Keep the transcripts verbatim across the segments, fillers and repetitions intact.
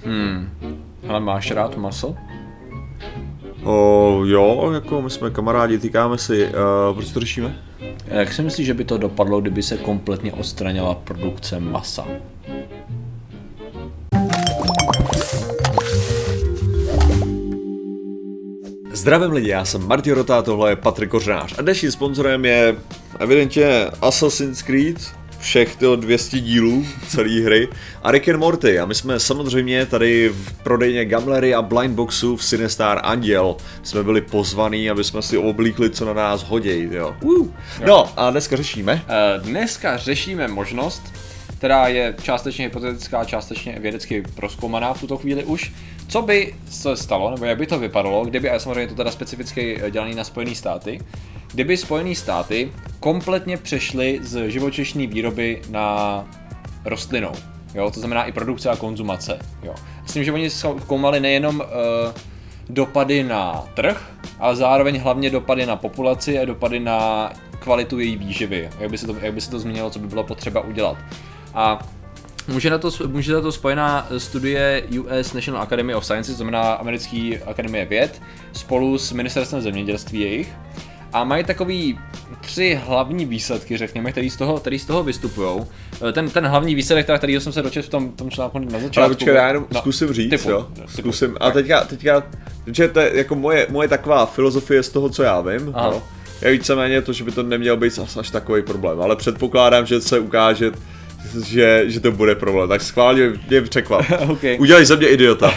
Hmm. Ale máš rád maso? O, jo, jako my jsme kamarádi, týkáme si, uh, proč to řešíme? Jak si myslíš, že by to dopadlo, kdyby se kompletně odstranila produkce masa? Zdravím lidi, já jsem Martin Rota, tohle je Patrik Kořenář a dnešním sponzorem je evidentně Assassin's Creed, všech těch dvě stě dílů celé hry a Rick and Morty a my jsme samozřejmě tady v prodejně Gamblery a Blindboxu v Sinestar Anděl jsme byli pozvaní, aby jsme si oblíkli, co na nás hoděj, jo. Uh. No a dneska řešíme? Uh, dneska řešíme možnost, která je částečně hypotetická, částečně vědecky prozkoumaná v tuto chvíli už. Co by se stalo, nebo jak by to vypadalo, kdyby, a samozřejmě to teda specificky dělaný na Spojené státy, kdyby Spojené státy kompletně přešly z živočišné výroby na rostlinou, jo, to znamená i produkce a konzumace, jo. S tím, že oni zkoumali nejenom uh, dopady na trh, ale zároveň hlavně dopady na populaci a dopady na kvalitu její výživy, jak by se to, jak by se to změnilo, co by bylo potřeba udělat. A Může na, to, může na to spojená studie U S National Academy of Sciences, to znamená Americké akademie věd, spolu s ministerstvem zemědělství jejich. A mají takový tři hlavní výsledky, řekněme, který z toho, který z toho vystupujou. Ten, ten hlavní výsledek, kterýho jsem se dočetl v tom, tom článku na začátku. Ale počkej, já jenom no, zkusím říct, typu, jo? Typu, zkusím. A teďka, teďka, protože to je jako moje, moje taková filozofie z toho, co já vím, jo? Je víceméně to, že by to neměl být až, až takový problém, ale předpokládám, že se ukáže, Že, že to bude problém, tak schválně mě překvap. Okay. Udělej ze mě idiota.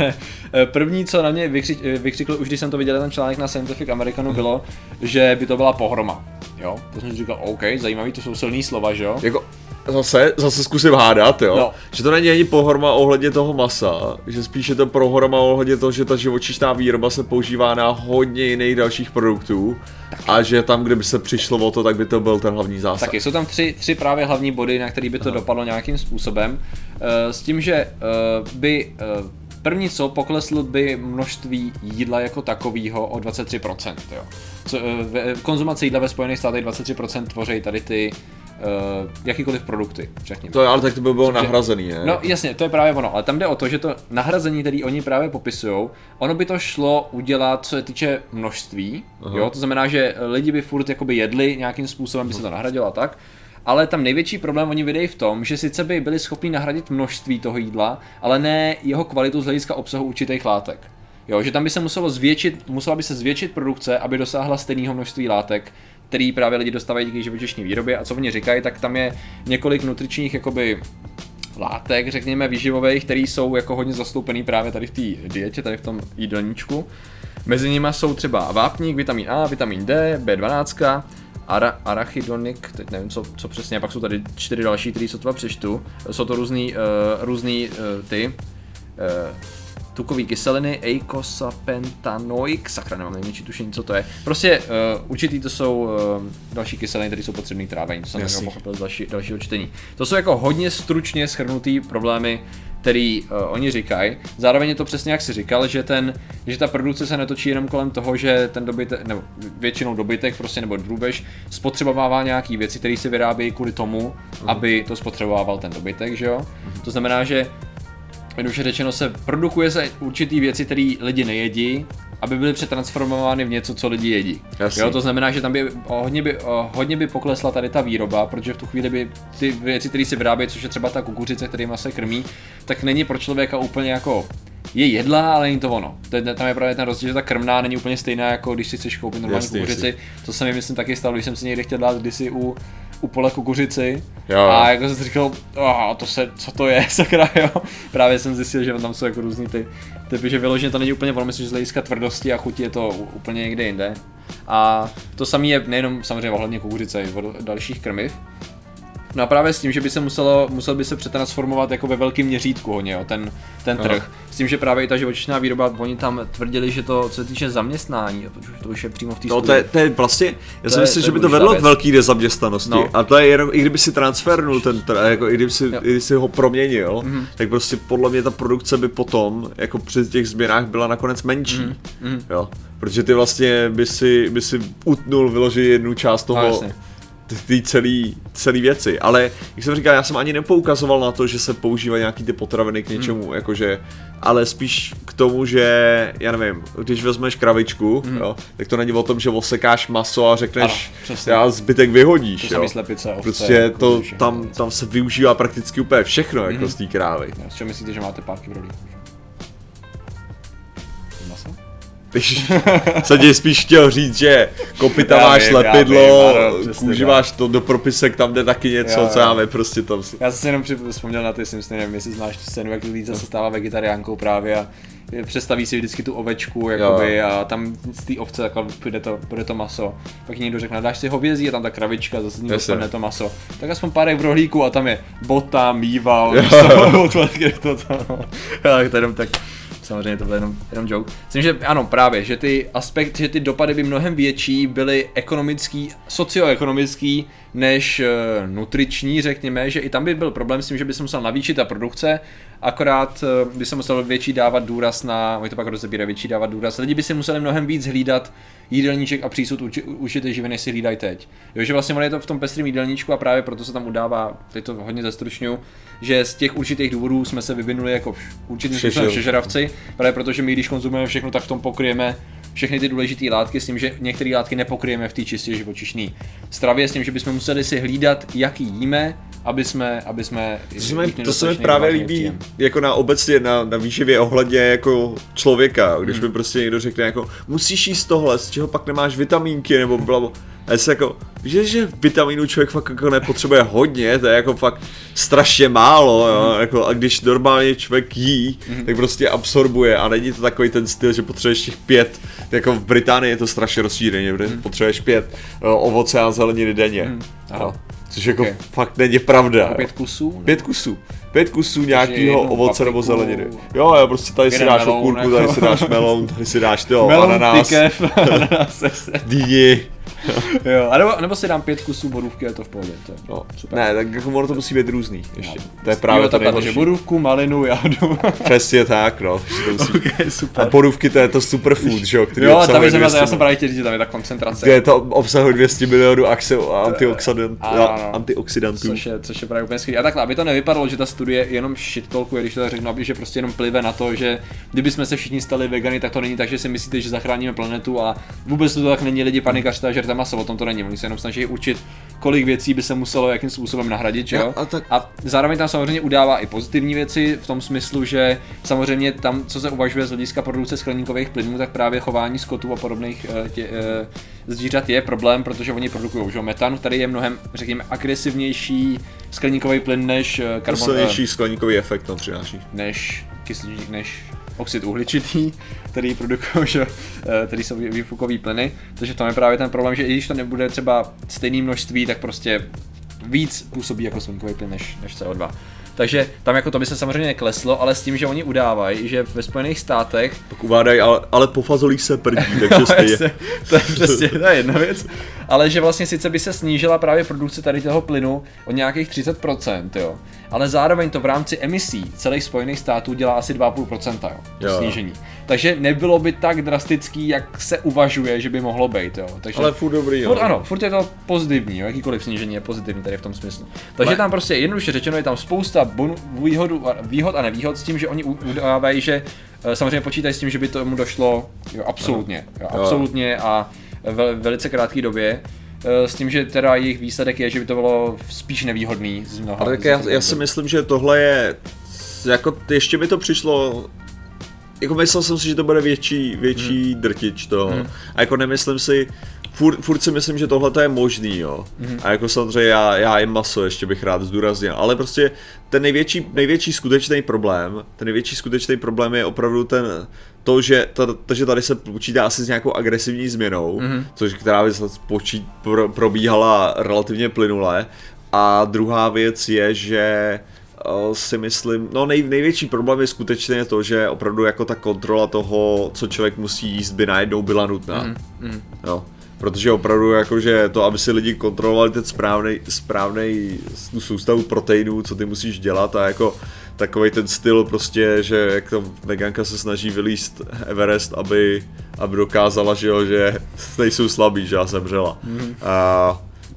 První, co na mě vykři, vykřikl, už když jsem to viděl, ten článek na Scientific Americanu, bylo, že by to byla pohroma. Jo? To jsem si říkal, OK, zajímavý, to jsou silný slova, že jo? Jako, zase, zase zkusím hádat, jo? No. Že to není ani pohroma ohledně toho masa, že spíš je to pohroma ohledně toho, že ta živočišná výroba se používá na hodně jiných dalších produktů. Tak. A že tam, kde by se přišlo o to, tak by to byl ten hlavní zásah. Taky jsou tam tři, tři právě hlavní body, na který by to Aha. dopadlo nějakým způsobem. Uh, s tím, že uh, by uh, první co, pokleslo by množství jídla jako takového o dvacet tři procent. Jo. Co, uh, konzumace jídla ve Spojených státech dvacet tři procent tvoří tady ty Uh, jakýkoliv produkty, řekněme. To je, ale tak to by bylo nahrazený, ne? No jasně, to je právě ono, ale tam jde o to, že to nahrazení, který oni právě popisujou, ono by to šlo udělat, co se týče množství, Aha. jo, to znamená, že lidi by furt jakoby jedli nějakým způsobem, by se to nahradilo a tak, ale tam největší problém oni vidějí v tom, že sice by byli schopni nahradit množství toho jídla, ale ne jeho kvalitu z hlediska obsahu určitých látek. Jo, že tam by se muselo zvětšit, musela by se zvětšit produkce, aby dosáhla stejného množství látek, který právě lidi dostávají díky živočišné výrobě, a co oni říkají, tak tam je několik nutričních jakoby látek, řekněme výživových, které jsou jako hodně zastoupený právě tady v té dietě, tady v tom jídelníčku. Mezi nimi jsou třeba vápník, vitamin A, vitamin D, B dvanáct, ara, arachidonik, teď nevím co, co přesně, a pak jsou tady čtyři další, které sotva přečtu. Jsou to různý, uh, různý uh, ty uh, tukové kyseliny, eicosapentaenoic, sakra, nemám nejmenší tušení, co to je. Prostě uh, určitý to jsou uh, další kyseliny, které jsou potřebné k trávení, to jsem nemohl pochopil z další, dalšího čtení. To jsou jako hodně stručně shrnutý problémy, který uh, oni říkají. Zároveň je to přesně jak si říkal, že, ten, že ta produkce se netočí jenom kolem toho, že ten dobytek, nebo většinou dobytek prostě, nebo drůbež spotřebovává nějaký věci, které se vyrábějí kvůli tomu, uh-huh. aby to spotřebovával ten dobytek, že jo. Uh-huh. To znamená, že jednoduše řečeno se produkuje se určitý věci, které lidi nejedí, aby byly přetransformovány v něco, co lidi jedí. Jo, to znamená, že tam by hodně, by hodně by poklesla tady ta výroba, protože v tu chvíli by ty věci, které se vyrábějí, což je třeba ta kukuřice, kterýma se krmí, tak není pro člověka úplně jako je jedla, ale není to ono. Tam je právě ten rozdíl, že ta krmná není úplně stejná, jako když si chceš koupit normální jasný, kukuřici. Jasný. To se mi myslím taky stalo, když jsem si někde chtěl dát kdysi u u pole kukuřici jo. A jako jsem si říkal, oh, to se, co to je, sakra, jo. Právě jsem zjistil, že tam jsou jako různý ty typy, že vyloženě to není úplně ono, myslím, že z hlediska tvrdosti a chuti je to úplně někde jinde. A to samé je nejenom samozřejmě ohledně kukuřice, i od dalších krmiv. No a právě s tím, že by se muselo, musel by se přetransformovat jako ve velkém měřítku hodně, jo, ten, ten trh. Aha. S tím, že právě i ta živočišná výroba, oni tam tvrdili, že to, co se týče zaměstnání, to, to už je přímo v té no, to je, to je vlastně, já si myslím, že by to vedlo k velký nezaměstnanosti. No. A to je jenom, i kdyby si transfernul ten trh, jako i kdyby si, i kdyby si ho proměnil, mm-hmm. tak prostě podle mě ta produkce by potom, jako při těch změnách byla nakonec menší, mm-hmm. jo. Protože ty vlastně by si, by si utnul vyložit jednu část toho, no, ty, ty celý, celý věci, ale jak jsem říkal, já jsem ani nepoukazoval na to, že se používají nějaký ty potraviny k něčemu, hmm. jakože, ale spíš k tomu, že, já nevím, když vezmeš kravičku, hmm. jo, tak to není o tom, že osekáš maso a řekneš, a zbytek vyhodíš, to jo. Slepice, ovce, prostě to, tam, tam se využívá prakticky úplně všechno, jako hmm. z té krávy. Z čeho myslíte, že máte párky v rolích? Maso? Jsem tě spíš chtěl říct, že kopyta já máš vím, lepidlo, kůži máš to do propisek, tam jde taky něco, já, co já vím, prostě tam. Já jsem si jenom vzpomněl na ty Simpsony, nevím, jestli znáš tu scénu, jak Lisa se stává vegetariánkou právě a představí si vždycky tu ovečku, jakoby, jo. A tam z té ovce takhle půjde to, půjde to maso. Pak někdo řekne, dáš si hovězí a tam ta kravička, zase z ní dostane to maso. Tak aspoň párek v rohlíku a tam je bota, mýval, to to. Tak to jenom tak. Samozřejmě to byl jenom, jenom joke. Myslím, že ano, právě, že ty aspekt, že ty dopady by mnohem větší byly ekonomický, socioekonomický, než uh, nutriční, řekněme, že i tam by byl problém s tím, že by se musel navýšit ta produkce, akorát uh, by se musel větší dávat důraz na, oni to pak rozebírají, větší dávat důraz, lidi by si museli mnohem víc hlídat jídelníček a přísud určité živiny si hlídají teď. Jo, že vlastně on je to v tom pestrém jídelníčku a právě proto se tam udává, teď to hodně zestručňuju, že z těch určitých důvodů jsme se vyvinuli jako určitým způsobem všežravci, právě protože my když konzumujeme všechno, tak v tom pokryjeme všechny ty důležité látky s tím, že některé látky nepokryjeme v té čistě živočišné stravě, s tím, že bychom museli si hlídat, jaký jíme, aby jsme, aby jsme to se mi, to se mi právě líbí jako na obecně na, na výživě ohledně jako člověka, když hmm. mi prostě někdo řekne jako musíš jíst tohle, z čeho pak nemáš vitamínky nebo blabo. A je jako, víš, že vitamínů člověk fakt jako nepotřebuje hodně, to je jako fakt strašně málo, jo, mm. jako, a když normálně člověk jí, mm. tak prostě absorbuje a není to takový ten styl, že potřebuješ těch pět, jako v Británii je to strašně rozšířeně, protože mm. potřebuješ pět jo, ovoce a zeleniny denně, mm. no, což jako okay. fakt není pravda. Jako pět kusů? Ne? Pět kusů. Pět kusů nějakého ovoce papriku, nebo zeleniny. Jo, jo, prostě tady si dáš okurku, tady si dáš melon, tady si dáš tyjo, ananas, dýni. Jo, a nebo, nebo si dám pět kusů borůvky, je to v pohodě, to je no, super. Ne, tak jako ono to musí být různý ještě, no. To je právě jo, to nejhorší. Takže borůvku, malinu, jádu. Přesně tak, no. To musí... Okay, super. A borůvky to je to superfood, že jo, který jo, obsahuje tam je dvě stě... já jsem právě chtěl říct, tam je ta koncentrace. Kde to obsahuje dvě stě milionů antioxidant, antioxidantů. Což je, což je právě úplně skvělý. A takhle, aby to nevypadalo, že ta studie jenom shittalkuje, když to tak řeknu, aby že prostě jenom plive na to, že kdybychom se všichni stali vegany, tak to není tak, že si myslíte, že zachráníme planetu a vůbec to tak není, lidi panikařte a žerte maso, o tom to není. Oni se jenom snaží určit, kolik věcí by se muselo jakým způsobem nahradit, že jo? A, tak... a zároveň tam samozřejmě udává i pozitivní věci v tom smyslu, že samozřejmě tam, co se uvažuje z hlediska produkce skleníkových plynů, tak právě chování skotů a podobných tě, zvířat je problém, protože oni produkují že metan, který je mnohem, řekněme, agresivnější skleníkový plyn než karbon. Silnější skleníkový efekt tam přináší. Než kyslík, než oxid uhličitý, který produkují, že, který jsou výfukový plyny, takže to je právě ten problém, že i když to nebude třeba stejné množství, tak prostě víc působí jako skleníkový plyn než, než C O dva. Takže tam jako to by se samozřejmě nekleslo, ale s tím, že oni udávají, že ve Spojených státech... Tak uvádají, ale, ale po fazolích se prdí, takže stejně. To je přesně, to je jedna věc. Ale že vlastně sice by se snížila právě produkce tady toho plynu o nějakých třicet procent, jo. Ale zároveň to v rámci emisí celých Spojených států dělá asi dva celá pět procenta, jo, to jo. snížení. Takže nebylo by tak drastický, jak se uvažuje, že by mohlo být, jo. Takže ale furt dobrý, furt, jo. Ano, furt je to pozitivní, jo, jakýkoliv snížení je pozitivní tady v tom smyslu. Takže tam prostě jednoduše řečeno je tam spousta bon, výhodu, výhod a nevýhod s tím, že oni udávají, že samozřejmě počítají s tím, že by tomu došlo, jo, absolutně, jo, absolutně a ve velice krátké době. S tím, že teda jejich výsledek je, že by to bylo spíš nevýhodný z mnoha. Ale tak já, já si myslím, že tohle je, jako ještě mi to přišlo, jako myslel jsem si, že to bude větší, větší hmm. drtič toho. Hmm. A jako nemyslím si, furt, furt si myslím, že tohle je možný, jo. Hmm. A jako samozřejmě já, já jim maso, ještě bych rád zdůraznil, ale prostě ten největší, největší skutečný problém, ten největší skutečný problém je opravdu ten, to, že, to, to, že tady se počítá asi s nějakou agresivní změnou, mm-hmm. což která by se počít, pro, probíhala relativně plynule. A druhá věc je, že uh, si myslím, no nej, největší problém je skutečně to, že opravdu jako ta kontrola toho, co člověk musí jíst, by najednou byla nutná. Mm-hmm. Jo. Protože opravdu jakože to, aby si lidi kontrolovali ten správnej, správnej soustavu proteinů, co ty musíš dělat a jako takovej ten styl prostě, že jak ta veganka se snaží vylízt Everest, aby, aby dokázala, že jo, že nejsou slabí, že já zemřela. Mm. A,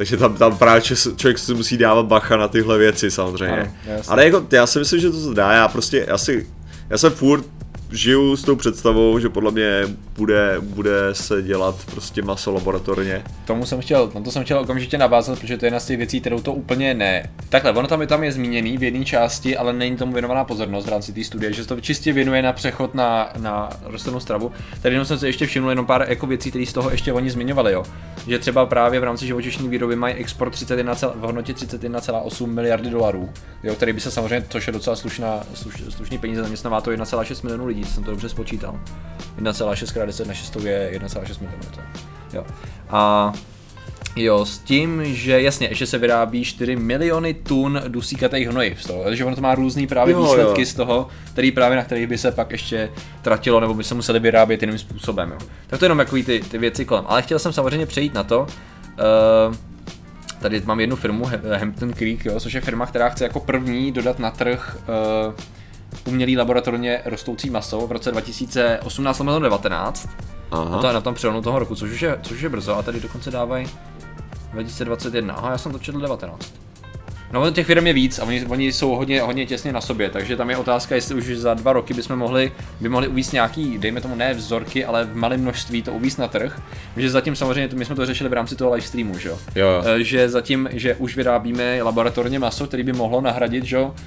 Takže tam, tam právě člověk si musí dávat bacha na tyhle věci samozřejmě. Ano, ale jako, já si myslím, že to se dá, já prostě, já si, já jsem furt žiju s tou představou, že podle mě bude, bude se dělat prostě maso laboratorně. Tomu jsem chtěl, na to jsem chtěl okamžitě navázat, protože to je jedna z těch věcí, kterou to úplně ne. Takhle, ono tam je, tam je zmíněný v jedné části, ale není tomu věnovaná pozornost v rámci té studie, že se to čistě věnuje na přechod na, na rostlinnou stravu. Tady jenom jsem se ještě všiml jenom pár jako věcí, které z toho ještě oni zmiňovali, jo. Že třeba právě v rámci živočišní výroby mají export třicet jedna, v hodnotě třicet jedna celá osm miliardy dolarů, jo, který by se samozřejmě, což je docela slušná, sluš, slušný peníze, zaměstnává to jedna celá šest milionů lidí, jsem to dobře spočítal. jedna celá šest krát deset na šest je jedna celá šest milionů. Jo. A jo, s tím, že jasně, ještě se vyrábí čtyři miliony tun dusíkatých hnojiv z toho, takže ono to má různý právě jo, výsledky jo. z toho, který právě na kterých by se pak ještě tratilo, nebo by se museli vyrábět jiným způsobem, jo. Tak to je jenom takový ty, ty věci kolem, ale chtěl jsem samozřejmě přejít na to, uh, tady mám jednu firmu, Hampton Creek, jo, což je firma, která chce jako první dodat na trh uh, umělý laboratorně rostoucí maso v roce dva tisíce osmnáct devatenáct. Aha. To je na tom přelomu toho roku, což už je, což už je brzo, a tady dokonce dávají dva tisíce dvacet jedna. Aha, já jsem to četl devatenáct. No, těch firm je víc a oni, oni jsou hodně, hodně těsně na sobě, takže tam je otázka, jestli už za dva roky bychom mohli, by mohli uvízt nějaký, dejme tomu ne vzorky, ale v malém množství to uvízt na trh. Že zatím samozřejmě, my jsme to řešili v rámci toho live streamu, že jo? Jo. Že zatím, že už vyrábíme laboratorně maso, který by mohlo nahradit, že jo?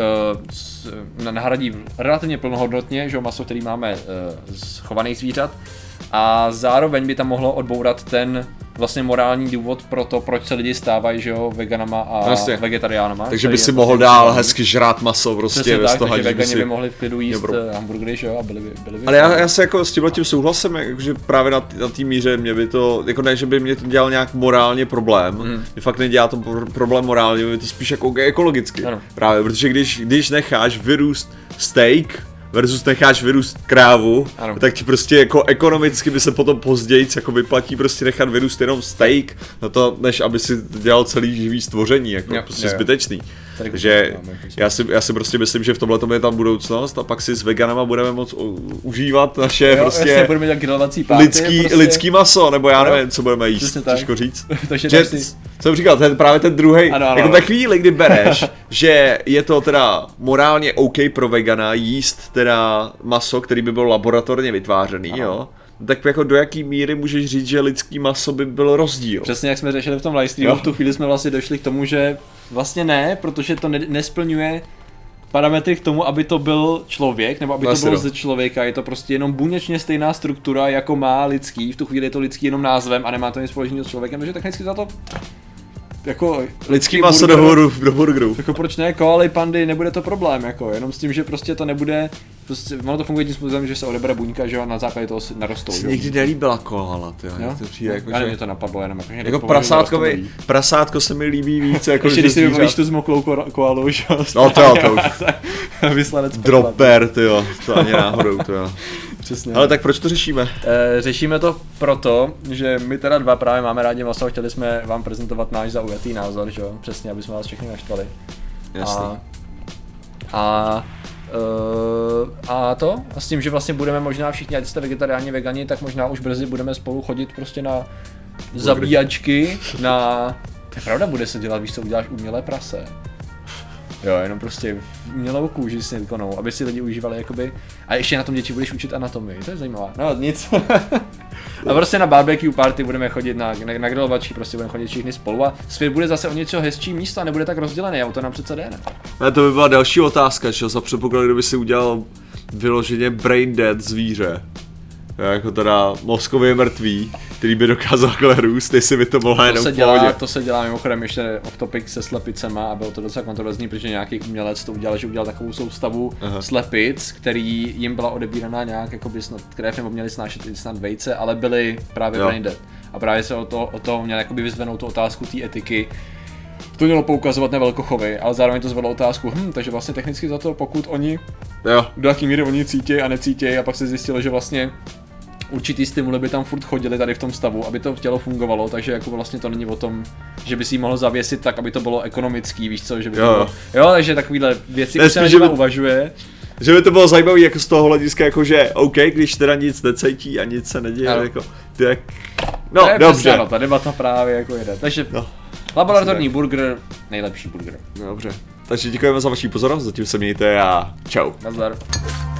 Uh, nahradí relativně plnohodnotně, že jo, maso, který máme uh, z chovaných zvířat, a zároveň by tam mohlo odbourat ten vlastně morální důvod pro to, proč se lidi stávají, že jo, veganama a vlastně vegetariánama. Takže by si mohl dál vlastně hezky žrát maso prostě bez tak, toho, takže vegani si... by mohli v klidu jíst Dobro. hamburgery, že jo, a byli by, byli by Ale já, já se jako s tímhletím souhlasím, že právě na, na té míře mě by to, jako ne, že by mě to dělal nějak morálně problém, mm. mě fakt nedělá to problém morálně, mě to spíš jako ekologicky, ano. Právě, protože když, když necháš vyrůst steak versus necháš vyrůst krávu, ano. tak ti prostě jako ekonomicky by se potom později jako vyplatí prostě nechat vyrůst jenom steak, na to, než aby si dělal celý živý stvoření, jako jo, prostě jo, jo. zbytečný. Tady Takže já si, já si prostě myslím, že v tomhle je tam budoucnost a pak si s veganama budeme moc u, užívat naše jo, prostě lidský, prostě... lidský maso, nebo já nevím, co budeme jíst, těžko říct. že, jsem říkal, ten, právě ten druhej, ano, ano, jako ve chvíli, kdy bereš, že je to teda morálně OK pro vegana jíst teda maso, který by byl laboratorně vytvářený, ano. jo, tak jako do jaký míry můžeš říct, že lidský maso by byl rozdíl? Přesně jak jsme řešili v tom livestreamu, v tu chvíli jsme vlastně došli k tomu, že vlastně ne, protože to ne- nesplňuje parametry k tomu, aby to byl člověk, nebo aby vlastně to bylo ze člověka, je to prostě jenom buněčně stejná struktura, jako má lidský, v tu chvíli je to lidský jenom názvem a nemá to nic společného s člověkem, takže technicky za to jako lidský maso do, burger, do burgeru. Jako proč ne, koaly, pandy, nebude to problém, jako jenom s tím, že prostě to nebude, prostě ono to funguje tím způsobem, že se odebere buňka, že jo, na základě toho si narostou. Mně někdy nelíbila koala, tyjo, jo? To přijde jako, já že... mě to napadlo, jenom jako, jako prasátkovi, prasátko se mi líbí víc, jako ještě když si vyvolíš tu zmoklou koalu, že jo. No to jo, to už. Vyslanec Dropper, tyjo, to ani náhodou, tyjo. Přesně. Ale tak proč to řešíme? E, řešíme to proto, že my teda dva právě máme rádi maso, chtěli jsme vám prezentovat náš zaujatý názor, že jo, přesně, aby jsme vás všechny naštvali. Jasný. A, a, e, a to, a s tím, že vlastně budeme možná všichni, ať jste vegetariáni, vegani, tak možná už brzy budeme spolu chodit prostě na zabíjačky, na... To je pravda, bude se dělat, víš co, uděláš umělé prase. Jo, jenom prostě umělou kůži s nitkonou, aby si lidi užívali jakoby, a ještě na tom děti budeš učit anatomii, to je zajímavé, no nic. A prostě na barbecue party budeme chodit na, na, na grilovačky, prostě budeme chodit všichni spolu a svět bude zase o něco hezčí místo a nebude tak rozdělený, a o to nám přece jde, ne? Ne, to by byla další otázka, že za předpoklad, kdyby si udělal vyloženě brain dead zvíře. Jako teda mozkově mrtvý, který by dokázal takhle růst, jestli by to mohla jenom v pohodě. To se dělá mimochodem ještě off topic se slepicema a bylo to docela kontroverzní, protože nějaký umělec to udělal, že udělal takovou soustavu Aha. slepic, který jim byla odebíraná nějak jakoby snad krev, nebo měli snášet snad vejce, ale byli právě brain dead. A právě se o to, o to měl jakoby vyzvenou tu otázku té etiky. To mělo poukazovat na velkochovy, ale zároveň to zvedlo otázku, hm, takže vlastně technicky za to, pokud oni, jo. do jaký míry oni cítí a necítí, a pak se zjistilo, že vlastně určitý stimuly by tam furt chodili tady v tom stavu, aby to tělo fungovalo, takže jako vlastně to není o tom, že by si ji mohl zavěsit tak, aby to bylo ekonomický, víš co, že by to jo. bylo, jo, takže takovýhle věci už se na uvažuje. Že by to bylo zajímavé jako z toho hlediska, jako že OK, když teda nic necítí a nic se neděje, ano. jako, ty jak, no to je dobře. Přesně, no, ta debata právě jako jede, takže no. Laboratorní burger, nejlepší burger. Dobře. Takže děkujeme za vaši pozornost, zatím se mějte a čau. Nazdar.